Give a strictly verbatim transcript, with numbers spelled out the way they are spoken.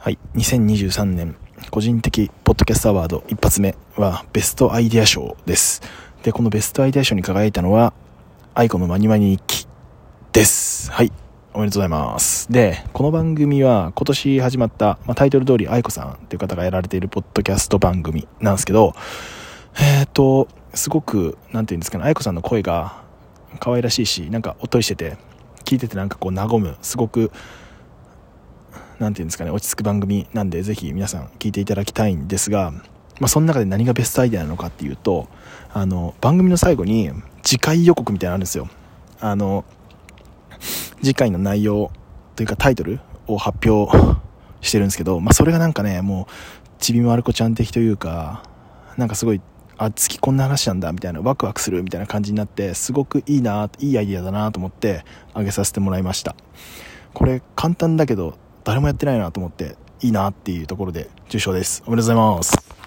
はい、にせんにじゅうさんねん個人的ポッドキャストアワード一発目はベストアイデア賞です。で、このベストアイデア賞に輝いたのは愛子のマニマニ日記です。はい、おめでとうございます。で、この番組は今年始まった、まあ、タイトル通り愛子さんという方がやられているポッドキャスト番組なんですけど、えっとすごくなんていうんですかね、愛子さんの声が可愛らしいし、なんかおっとりしてて聞いててなんかこう和む、すごくなんていうんですかね、落ち着く番組なんで、ぜひ皆さん聞いていただきたいんですが、まあ、その中で何がベストアイデアなのかっていうと、あの番組の最後に次回予告みたいなのあるんですよ。あの次回の内容というかタイトルを発表してるんですけど、まあ、それがなんかね、もうちびまる子ちゃん的というか、なんかすごい、あ、月こんな話なんだみたいな、ワクワクするみたいな感じになって、すごくいいな、いいアイデアだなと思ってあげさせてもらいました。これ簡単だけど誰もやってないなと思って、いいなっていうところで受賞です。おめでとうございます。